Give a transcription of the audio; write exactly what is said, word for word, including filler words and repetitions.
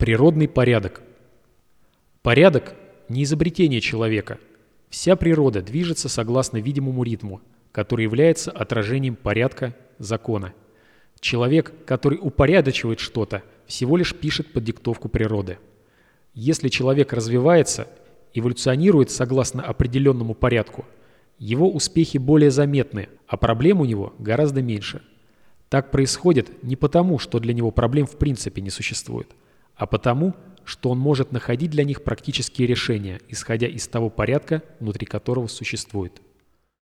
Природный порядок. Порядок – не изобретение человека. Вся природа движется согласно видимому ритму, который является отражением порядка, закона. Человек, который упорядочивает что-то, всего лишь пишет под диктовку природы. Если человек развивается, эволюционирует согласно определенному порядку, его успехи более заметны, а проблем у него гораздо меньше. Так происходит не потому, что для него проблем в принципе не существует, а потому, что он может находить для них практические решения, исходя из того порядка, внутри которого существует.